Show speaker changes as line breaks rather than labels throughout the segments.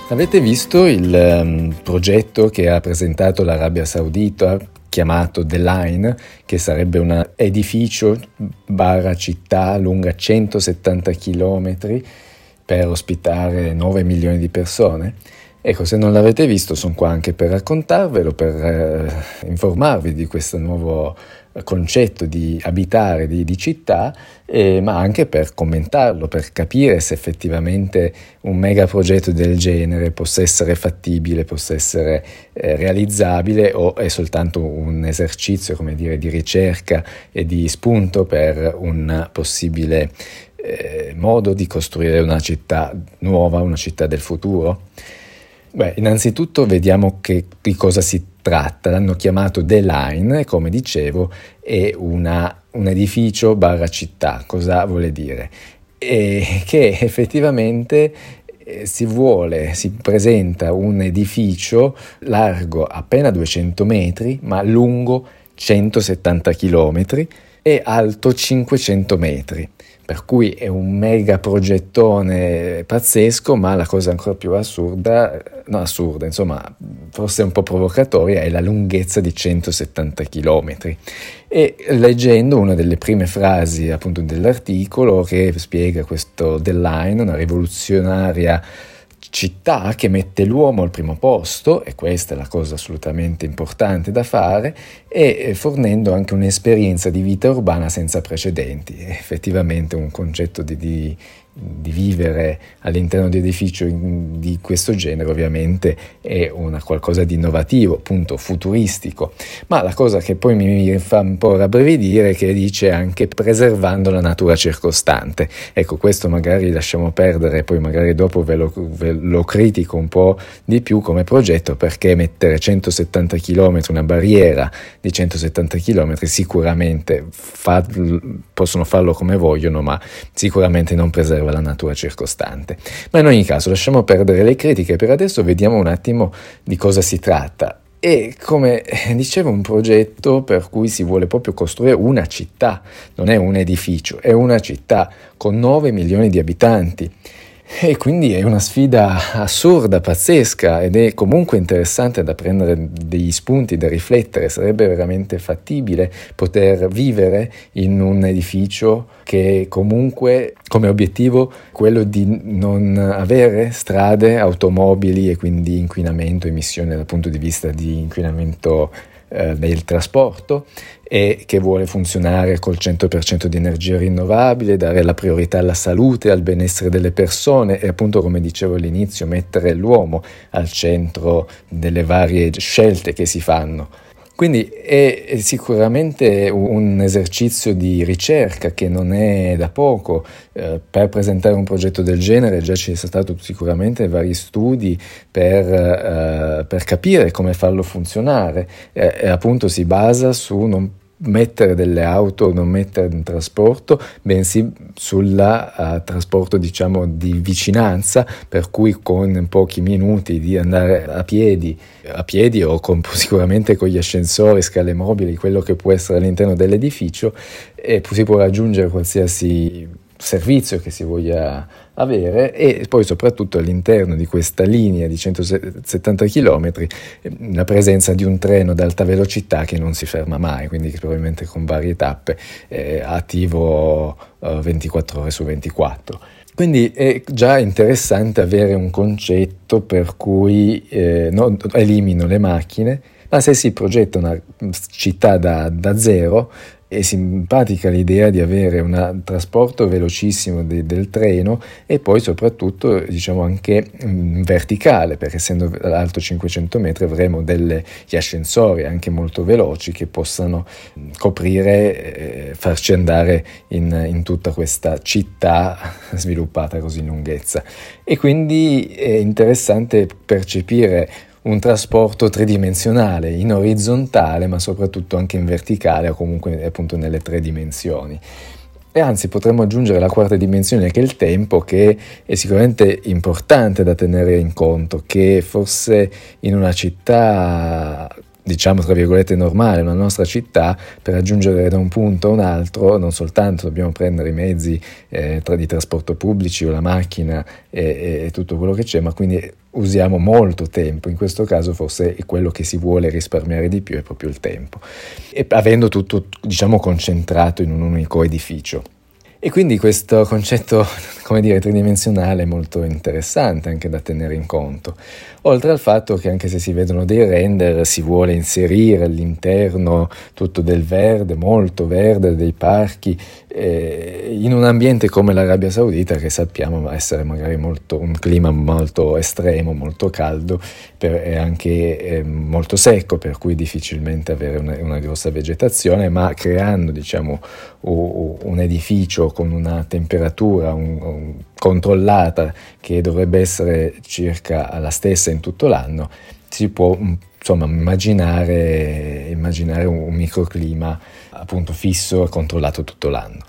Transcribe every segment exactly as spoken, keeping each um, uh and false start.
Avete visto il um, progetto che ha presentato l'Arabia Saudita chiamato The Line, che sarebbe un edificio barra città lunga centosettanta chilometri per ospitare nove milioni di persone? Ecco, se non l'avete visto sono qua anche per raccontarvelo, per eh, informarvi di questo nuovo concetto di abitare, di, di città, eh, ma anche per commentarlo, per capire se effettivamente un megaprogetto del genere possa essere fattibile, possa essere eh, realizzabile o è soltanto un esercizio, come dire, di ricerca e di spunto per un possibile eh, modo di costruire una città nuova, una città del futuro. Beh, innanzitutto vediamo che, di cosa si tratta. L'hanno chiamato The Line e, come dicevo, è una, un edificio barra città. Cosa vuole dire? E che effettivamente eh, si vuole, si presenta un edificio largo appena duecento metri, ma lungo centosettanta chilometri e alto cinquecento metri. Per cui è un mega progettone pazzesco, ma la cosa ancora più assurda, no assurda, insomma, forse un po' provocatoria, è la lunghezza di centosettanta chilometri. E leggendo una delle prime frasi appunto dell'articolo che spiega questo The Line, una rivoluzionaria città che mette l'uomo al primo posto, e questa è la cosa assolutamente importante da fare, e fornendo anche un'esperienza di vita urbana senza precedenti. È effettivamente un concetto di, di, di vivere all'interno di edifici di questo genere ovviamente è una qualcosa di innovativo, appunto futuristico, ma la cosa che poi mi fa un po' rabbrividire è che dice anche preservando la natura circostante. Ecco, questo magari lasciamo perdere, poi magari dopo ve lo, ve lo critico un po' di più come progetto, perché mettere centosettanta chilometri, una barriera di centosettanta chilometri, sicuramente fa, possono farlo come vogliono, ma sicuramente non preserva la natura circostante. Ma in ogni caso lasciamo perdere le critiche, per adesso vediamo un attimo di cosa si tratta. E come dicevo, un progetto per cui si vuole proprio costruire una città, non è un edificio, è una città con nove milioni di abitanti. E quindi è una sfida assurda, pazzesca, ed è comunque interessante da prendere degli spunti, da riflettere. Sarebbe veramente fattibile poter vivere in un edificio che comunque come obiettivo quello di non avere strade, automobili e quindi inquinamento, emissione dal punto di vista di inquinamento eh, del trasporto, e che vuole funzionare col cento per cento di energia rinnovabile, dare la priorità alla salute, al benessere delle persone e, appunto, come dicevo all'inizio, mettere l'uomo al centro delle varie scelte che si fanno. Quindi è sicuramente un esercizio di ricerca che non è da poco. Eh, per presentare un progetto del genere già ci sono stati sicuramente vari studi per, eh, per capire come farlo funzionare, eh, e appunto si basa su non mettere delle auto, non mettere un trasporto, bensì sul uh, trasporto, diciamo, di vicinanza, per cui con pochi minuti di andare a piedi, a piedi o con, sicuramente con gli ascensori, scale mobili, quello che può essere all'interno dell'edificio, e si può raggiungere qualsiasi servizio che si voglia avere, e poi soprattutto all'interno di questa linea di centosettanta chilometri la presenza di un treno ad alta velocità che non si ferma mai, quindi probabilmente con varie tappe, eh, attivo eh, ventiquattro ore su ventiquattro. Quindi è già interessante avere un concetto per cui eh, non elimino le macchine, ma se si progetta una città da, da zero, è simpatica l'idea di avere un trasporto velocissimo de, del treno, e poi soprattutto, diciamo, anche mh, verticale, perché essendo alto cinquecento metri avremo degli ascensori anche molto veloci che possano mh, coprire, eh, farci andare in, in tutta questa città sviluppata così in lunghezza. E quindi è interessante percepire un trasporto tridimensionale, in orizzontale, ma soprattutto anche in verticale, o comunque appunto nelle tre dimensioni. E anzi potremmo aggiungere la quarta dimensione, che è il tempo, che è sicuramente importante da tenere in conto, che forse in una città diciamo tra virgolette normale, una nostra città, per raggiungere da un punto a un altro non soltanto dobbiamo prendere i mezzi eh, tra di trasporto pubblici o la macchina e, e tutto quello che c'è, ma quindi usiamo molto tempo. In questo caso forse è quello che si vuole risparmiare di più, è proprio il tempo, e avendo tutto, diciamo, concentrato in un unico edificio. E quindi questo concetto, come dire, tridimensionale è molto interessante anche da tenere in conto, oltre al fatto che anche se si vedono dei render si vuole inserire all'interno tutto del verde, molto verde, dei parchi, eh, in un ambiente come l'Arabia Saudita, che sappiamo essere magari molto, un clima molto estremo, molto caldo per, e anche eh, molto secco, per cui difficilmente avere una, una grossa vegetazione, ma creando, diciamo, un, un edificio con una temperatura un, un, controllata che dovrebbe essere circa la stessa in tutto l'anno, si può insomma immaginare, immaginare un, un microclima appunto fisso e controllato tutto l'anno.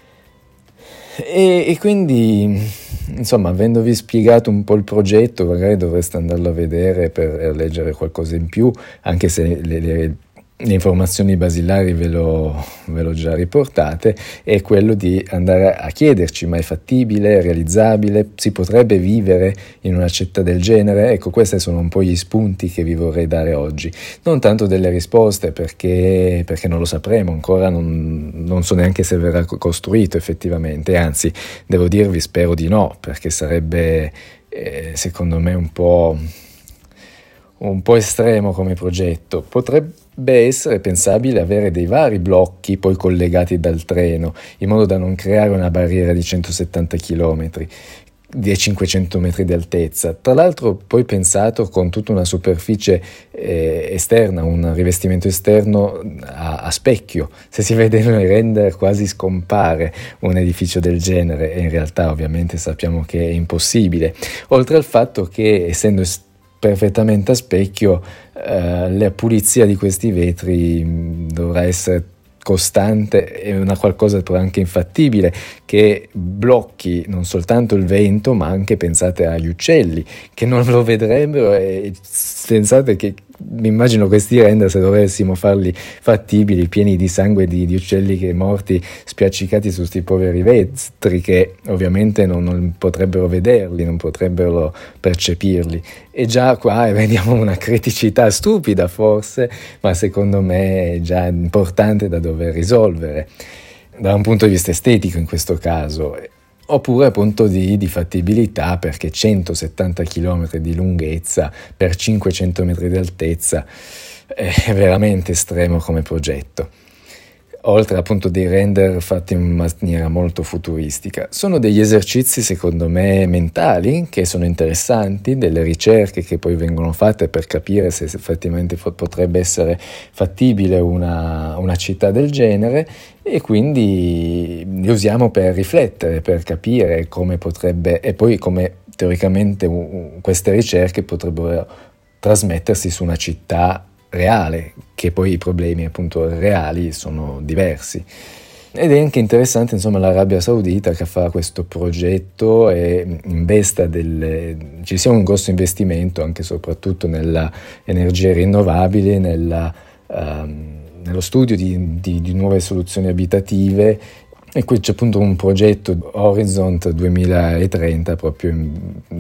E, e quindi insomma, avendovi spiegato un po' il progetto, magari dovreste andarlo a vedere per leggere qualcosa in più, anche se le, le Le informazioni basilari ve l'ho, ve l'ho già riportate, è quello di andare a chiederci: ma è fattibile, è realizzabile, si potrebbe vivere in una città del genere? Ecco, questi sono un po' gli spunti che vi vorrei dare oggi, non tanto delle risposte, perché, perché non lo sapremo ancora, non, non so neanche se verrà costruito effettivamente, anzi devo dirvi spero di no, perché sarebbe eh, secondo me un po', un po' estremo come progetto. Potrebbe Beh, essere pensabile avere dei vari blocchi poi collegati dal treno, in modo da non creare una barriera di centosettanta chilometri, di cinquecento metri di altezza. Tra l'altro poi pensato con tutta una superficie eh, esterna, un rivestimento esterno a, a specchio. Se si vede nei render quasi scompare un edificio del genere, e in realtà ovviamente sappiamo che è impossibile. Oltre al fatto che, essendo est- perfettamente a specchio, eh, la pulizia di questi vetri mh, dovrà essere costante e una qualcosa anche infattibile, che blocchi non soltanto il vento, ma anche, pensate agli uccelli che non lo vedrebbero, e pensate che mi immagino questi render, se dovessimo farli fattibili, pieni di sangue di, di uccelli che morti spiaccicati su sti poveri vetri, che ovviamente non, non potrebbero vederli, non potrebbero percepirli. E già qua vediamo una criticità stupida forse, ma secondo me è già importante da dover risolvere da un punto di vista estetico in questo caso, oppure appunto di, di fattibilità, perché centosettanta chilometri di lunghezza per cinquecento metri di altezza è veramente estremo come progetto. Oltre appunto dei render fatti in maniera molto futuristica, sono degli esercizi secondo me mentali che sono interessanti, delle ricerche che poi vengono fatte per capire se effettivamente potrebbe essere fattibile una, una città del genere, e quindi li usiamo per riflettere, per capire come potrebbe, e poi come teoricamente uh, queste ricerche potrebbero trasmettersi su una città reale, che poi i problemi appunto reali sono diversi. Ed è anche interessante insomma l'Arabia Saudita che fa questo progetto e investa delle, ci sia un grosso investimento anche e soprattutto nella energie rinnovabili, nella, um, nello studio di, di, di nuove soluzioni abitative. E qui c'è appunto un progetto Horizont duemilatrenta proprio in,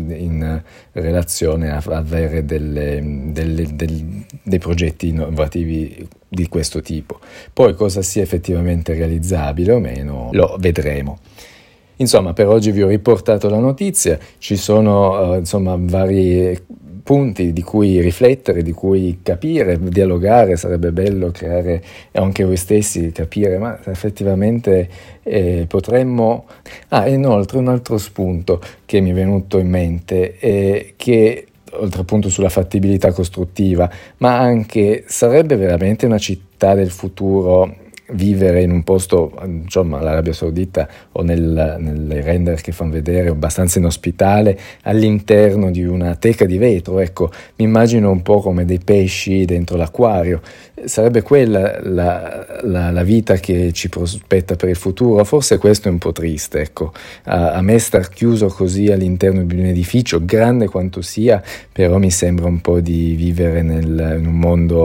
in relazione a avere delle, delle, del, dei progetti innovativi di questo tipo. Poi cosa sia effettivamente realizzabile o meno lo vedremo. Insomma, per oggi vi ho riportato la notizia, ci sono uh, insomma vari punti di cui riflettere, di cui capire, dialogare. Sarebbe bello creare anche voi stessi, capire, ma effettivamente eh, potremmo... Ah, inoltre un altro spunto che mi è venuto in mente è che, oltre appunto sulla fattibilità costruttiva, ma anche sarebbe veramente una città del futuro vivere in un posto, insomma l'Arabia Saudita o nel, nelle render che fanno vedere, abbastanza inospitale, all'interno di una teca di vetro. Ecco, mi immagino un po' come dei pesci dentro l'acquario. Sarebbe quella la, la, la vita che ci prospetta per il futuro? Forse questo è un po' triste, ecco. A, a me star chiuso così all'interno di un edificio, grande quanto sia, però mi sembra un po' di vivere nel, in un mondo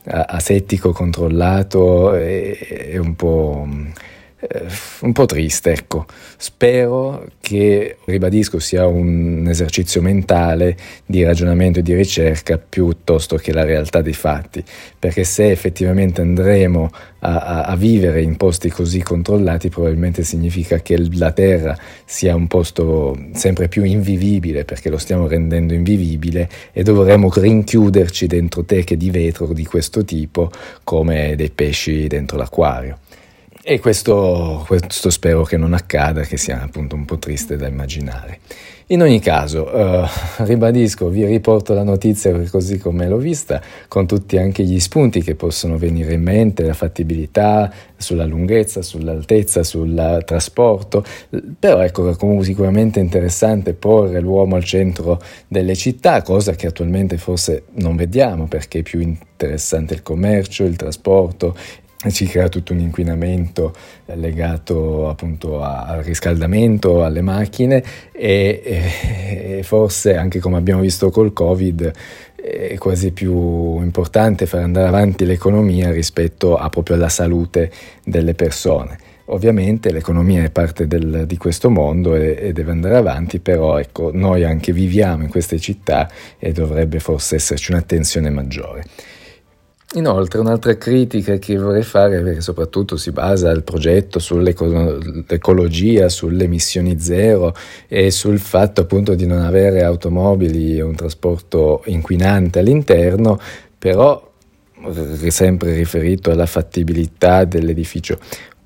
asettico controllato è, è un po'... un po' triste, ecco. Spero che, ribadisco, sia un esercizio mentale di ragionamento e di ricerca piuttosto che la realtà dei fatti, perché se effettivamente andremo a, a, a vivere in posti così controllati, probabilmente significa che la Terra sia un posto sempre più invivibile, perché lo stiamo rendendo invivibile, e dovremo rinchiuderci dentro teche di vetro di questo tipo come dei pesci dentro l'acquario. E questo, questo spero che non accada, che sia appunto un po' triste da immaginare. In ogni caso, eh, ribadisco, vi riporto la notizia così come l'ho vista, con tutti anche gli spunti che possono venire in mente, la fattibilità, sulla lunghezza, sull'altezza, sul trasporto, però ecco, comunque sicuramente interessante porre l'uomo al centro delle città, cosa che attualmente forse non vediamo, perché è più interessante il commercio, il trasporto. Ci crea tutto un inquinamento legato appunto al riscaldamento, alle macchine e, e forse anche come abbiamo visto col Covid è quasi più importante far andare avanti l'economia rispetto a proprio alla salute delle persone. Ovviamente l'economia è parte del, di questo mondo e, e deve andare avanti, però ecco, noi anche viviamo in queste città e dovrebbe forse esserci un'attenzione maggiore. Inoltre un'altra critica che vorrei fare, perché soprattutto si basa il progetto sull'ecologia, sulle emissioni zero e sul fatto appunto di non avere automobili e un trasporto inquinante all'interno, però sempre riferito alla fattibilità dell'edificio.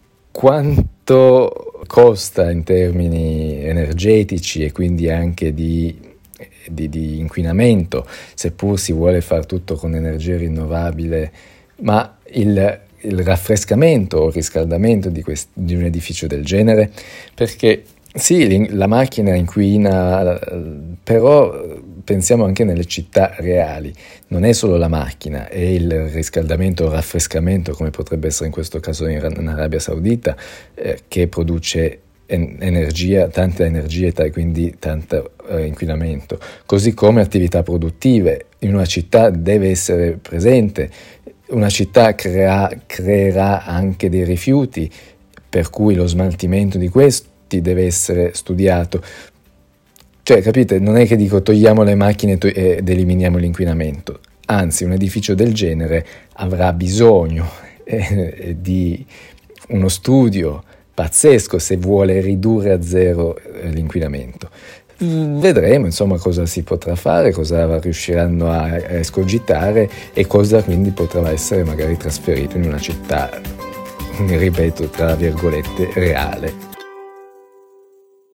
Quanto costa in termini energetici e quindi anche di Di, di inquinamento, seppur si vuole fare tutto con energia rinnovabile, ma il, il raffrescamento o il riscaldamento di, quest, di un edificio del genere, perché sì, la macchina inquina, però pensiamo anche nelle città reali, non è solo la macchina, è il riscaldamento o raffrescamento, come potrebbe essere in questo caso in, in Arabia Saudita, eh, che produce energia, tanta energia e quindi tanto eh, inquinamento, così come attività produttive. In una città deve essere presente, una città crea, creerà anche dei rifiuti, per cui lo smaltimento di questi deve essere studiato. Cioè, capite, non è che dico togliamo le macchine to- ed eliminiamo l'inquinamento, anzi un edificio del genere avrà bisogno eh, di uno studio pazzesco se vuole ridurre a zero l'inquinamento. Vedremo insomma cosa si potrà fare, cosa riusciranno a escogitare e cosa quindi potrà essere magari trasferito in una città, ripeto, tra virgolette, reale.